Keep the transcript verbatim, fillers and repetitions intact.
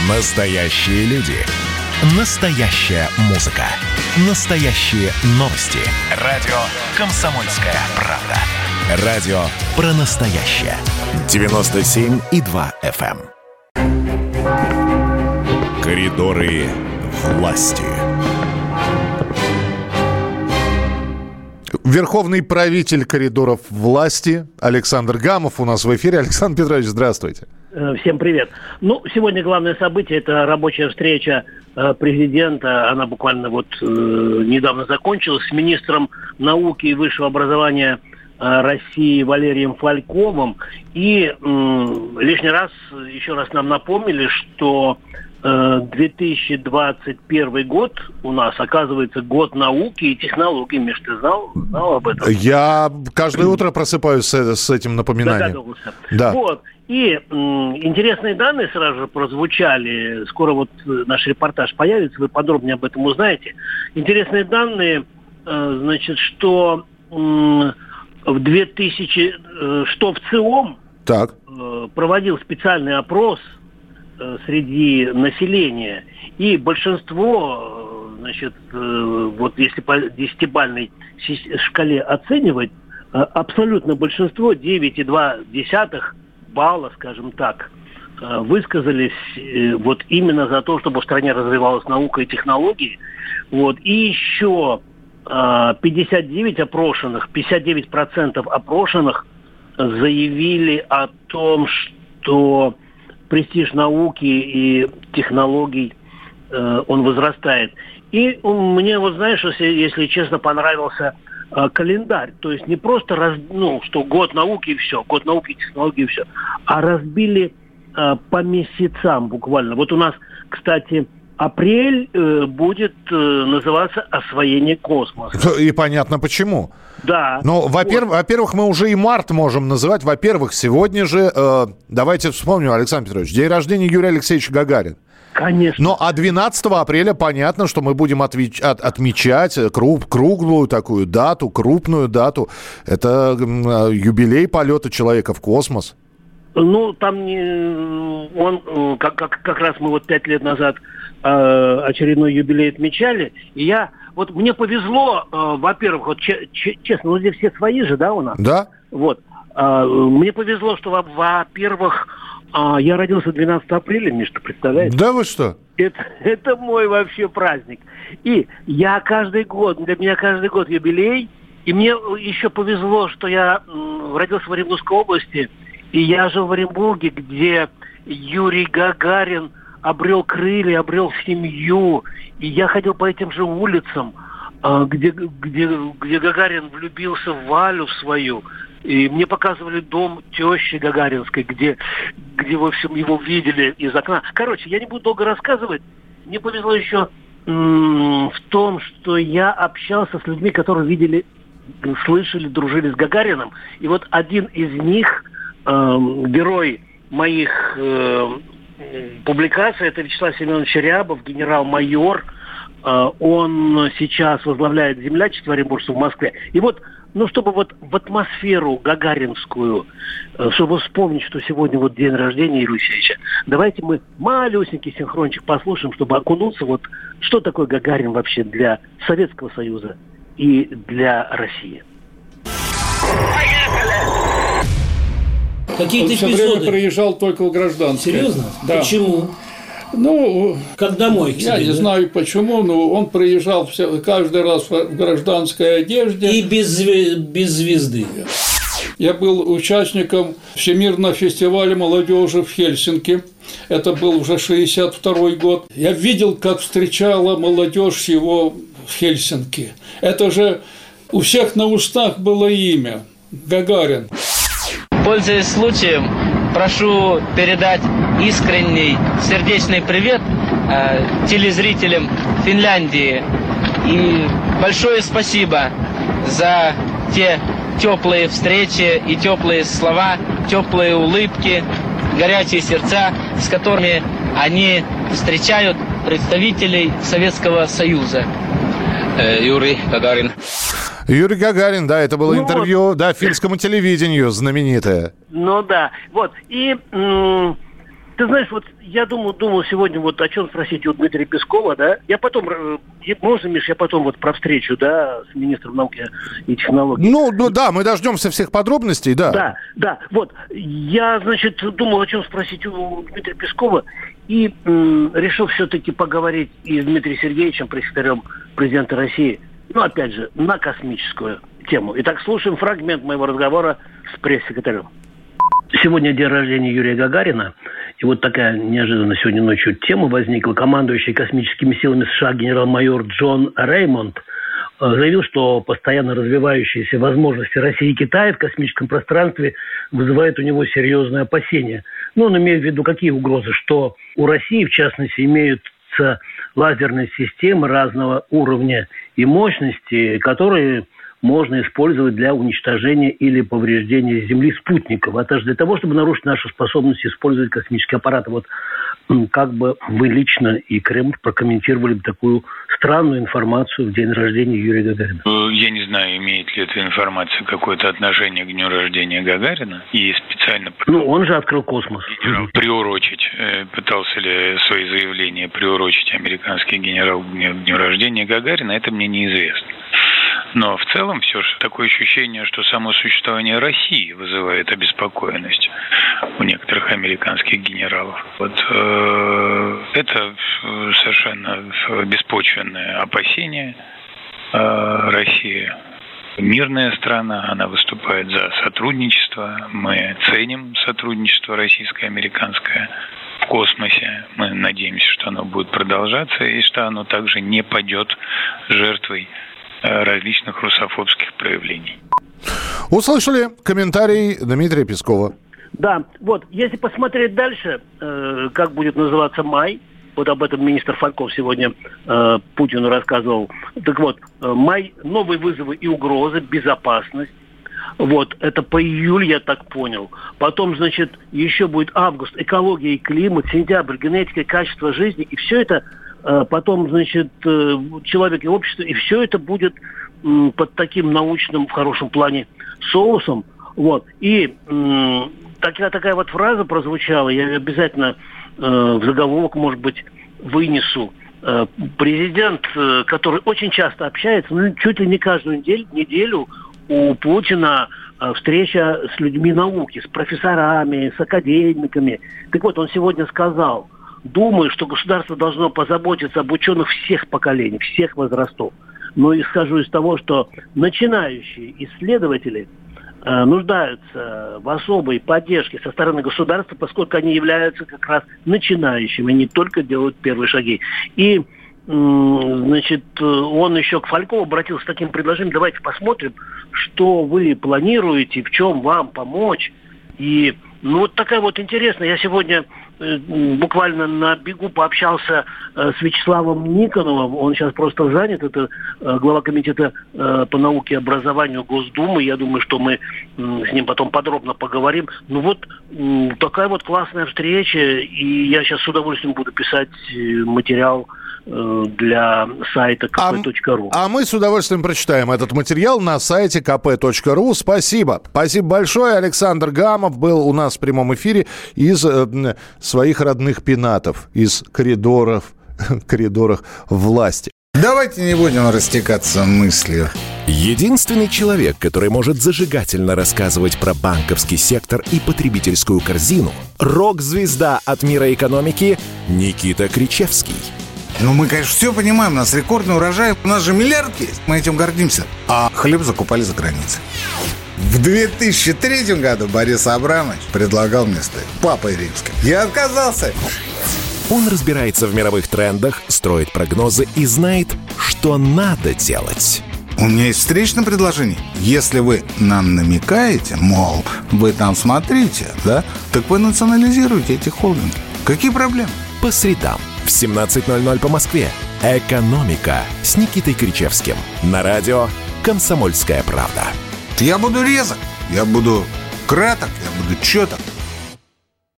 Настоящие люди. Настоящая музыка. Настоящие новости. Радио «Комсомольская правда». Радио про настоящее. девяносто семь и два эф эм. Коридоры власти. Верховный правитель коридоров власти Александр Гамов у нас в эфире. Александр Петрович, здравствуйте. Всем привет. Ну, сегодня главное событие – это рабочая встреча президента. Она буквально вот э, недавно закончилась с министром науки и высшего образования России Валерием Фальковым. И э, лишний раз, еще раз нам напомнили, что две тысячи двадцать первый год у нас, оказывается, год науки и технологий. Миш, ты знал, знал об этом? Я каждое утро просыпаюсь с, с этим напоминанием. Догадывался. Да. Вот. И м, интересные данные сразу же прозвучали. Скоро вот наш репортаж появится, вы подробнее об этом узнаете. Интересные данные, э, значит, что м, в две тысячи, э, что в ЦИОМ так. э, проводил специальный опрос среди населения, и большинство, значит, вот если по десятибалльной шкале оценивать, абсолютно большинство, девять целых две десятых балла, скажем так, высказались вот именно за то, чтобы в стране развивалась наука и технологии. Вот. И еще пятьдесят девять опрошенных, пятьдесят девять процентов опрошенных заявили о том, что престиж науки и технологий, э, он возрастает. И мне, вот знаешь, если, если честно, понравился э, календарь. То есть не просто, раз, ну, что год науки и все, год науки и технологий и все, а разбили э, по месяцам буквально. Вот у нас, кстати, апрель э, будет э, называться «Освоение космоса». И понятно почему. Да. Ну, во-первых, вот. во-первых, мы уже и март можем называть. Во-первых, сегодня же, э, давайте вспомним, Александр Петрович, день рождения Юрия Алексеевича Гагарина. Конечно. Ну, а двенадцатого апреля понятно, что мы будем отвеч- от- отмечать круг- круглую такую дату, крупную дату. Это э, юбилей полета человека в космос. Ну, там не, он, как, как, как раз мы вот пять лет назад э, очередной юбилей отмечали, и я, вот мне повезло, э, во-первых, вот че, че, честно, ну здесь все свои же, да, у нас? Да. Вот, э, мне повезло, что, во- во-первых, э, я родился двенадцатого апреля, Миш, ты представляешь? Да вы что? Это, это мой вообще праздник. И я каждый год, для меня каждый год юбилей, и мне еще повезло, что я м, родился в Оренбургской области. И я жил в Оренбурге, где Юрий Гагарин обрел крылья, обрел семью. И я ходил по этим же улицам, где, где, где Гагарин влюбился в Валю свою. И мне показывали дом тещи Гагаринской, где, где в общем, его видели из окна. Короче, я не буду долго рассказывать. Мне повезло еще м- в том, что я общался с людьми, которые видели, слышали, дружили с Гагарином. И вот один из них... герой моих э, публикаций, это Вячеслав Семенович Рябов, генерал-майор. Э, он сейчас возглавляет землячество Оренбуржцев в Москве. И вот, ну, чтобы вот в атмосферу гагаринскую, э, чтобы вспомнить, что сегодня вот день рождения Юрия Алексеевича, давайте мы малюсенький синхрончик послушаем, чтобы окунуться, вот, что такое Гагарин вообще для Советского Союза и для России. Какие-то он все эпизоды. время приезжал только в гражданское. Серьезно? Да. Почему? Ну, как домой к себе, я не да? знаю почему, но он приезжал все, каждый раз в гражданской одежде. И без, без звезды. Я был участником Всемирного фестиваля молодежи в Хельсинки. Это был уже шестьдесят второй год. Я видел, как встречала молодежь его в Хельсинки. Это же у всех на устах было имя – Гагарин. Пользуясь случаем, прошу передать искренний сердечный привет э, телезрителям Финляндии. И большое спасибо за те теплые встречи и теплые слова, теплые улыбки, горячие сердца, с которыми они встречают представителей Советского Союза. Э, Юрий Гагарин. Юрий Гагарин, да, это было ну интервью, вот. да, финскому телевидению знаменитое. Ну да, вот, и м- Ты знаешь, вот я думал, думал сегодня вот о чем спросить у Дмитрия Пескова, да? Я потом, э, можно, Миш, я потом вот про встречу, да, с министром науки и технологий. Ну, ну да, мы дождемся всех подробностей, да. Да, да, вот. Я, значит, думал, о чем спросить у Дмитрия Пескова, и м, решил все-таки поговорить и с Дмитрием Сергеевичем, пресс-секретарем президента России, ну, опять же, на космическую тему. Итак, слушаем фрагмент моего разговора с пресс-секретарем. Сегодня день рождения Юрия Гагарина. И вот такая неожиданно сегодня ночью тема возникла. Командующий космическими силами США генерал-майор Джон Реймонд заявил, что постоянно развивающиеся возможности России и Китая в космическом пространстве вызывают у него серьезные опасения. Ну, он имеет в виду какие угрозы? Что у России, в частности, имеются лазерные системы разного уровня и мощности, которые можно использовать для уничтожения или повреждения Земли спутников, а также для того, чтобы нарушить нашу способность использовать космические аппараты. Вот как бы вы лично и Кремль прокомментировали бы такую странную информацию в день рождения Юрия Гагарина? Я не знаю, имеет ли эта информация какое-то отношение к дню рождения Гагарина. И специально... Ну, он же открыл космос. Генерал приурочить, пытался ли свои заявления приурочить американский генерал к дню рождения Гагарина, это мне неизвестно. Но в целом все же такое ощущение, что само существование России вызывает обеспокоенность у некоторых американских генералов. Вот э, это совершенно беспочвенное опасение. Э, Россия мирная страна, она выступает за сотрудничество. Мы ценим сотрудничество российско-американское в космосе. Мы надеемся, что оно будет продолжаться и что оно также не падет жертвой различных русофобских проявлений. Услышали комментарий Дмитрия Пескова. Да, вот, если посмотреть дальше, э, как будет называться май, вот об этом министр Фальков сегодня э, Путину рассказывал. Так вот, э, май, новые вызовы и угрозы, безопасность. Вот, это по июль, я так понял. Потом, значит, еще будет август, экология и климат, сентябрь, генетика и качество жизни. И все это потом, значит, человек и общество, и все это будет под таким научным, в хорошем плане, соусом. Вот. И м, такая, такая вот фраза прозвучала, я ее обязательно э, в заголовок, может быть, вынесу. Э, президент, э, который очень часто общается, ну, чуть ли не каждую неделю, неделю у Путина э, встреча с людьми науки, с профессорами, с академиками. Так вот, он сегодня сказал: думаю, что государство должно позаботиться об ученых всех поколений, всех возрастов. Но исхожу из того, что начинающие исследователи э, нуждаются в особой поддержке со стороны государства, поскольку они являются как раз начинающими, они только делают первые шаги. И, э, значит, он еще к Фалькову обратился с таким предложением: давайте посмотрим, что вы планируете, в чем вам помочь. И ну вот такая вот интересная. Я сегодня э, буквально на бегу пообщался э, с Вячеславом Никоновым. Он сейчас просто занят. Это э, глава комитета э, по науке и образованию Госдумы. Я думаю, что мы э, с ним потом подробно поговорим. Ну вот э, такая вот классная встреча. И я сейчас с удовольствием буду писать материал для сайта ка пэ точка ру. А, а мы с удовольствием прочитаем этот материал на сайте ка пэ точка ру. Спасибо. Спасибо большое. Александр Гамов был у нас в прямом эфире из э, своих родных пенатов, из коридоров, коридоров власти. Давайте не будем растекаться мыслью. Единственный человек, который может зажигательно рассказывать про банковский сектор и потребительскую корзину, рок-звезда от мира экономики Никита Кричевский. Ну, мы, конечно, все понимаем, у нас рекордный урожай, у нас же миллиард есть, мы этим гордимся. А хлеб закупали за границей. В две тысячи третьем году Борис Абрамович предлагал мне стать папой римским. Я отказался. Он разбирается в мировых трендах, строит прогнозы и знает, что надо делать. У меня есть встречное предложение. Если вы нам намекаете, мол, вы там смотрите, да, так вы национализируете эти холдинги. Какие проблемы? По средам в семнадцать ноль ноль по Москве. «Экономика» с Никитой Кричевским. На радио «Комсомольская правда». Я буду резок, я буду краток, я буду четок.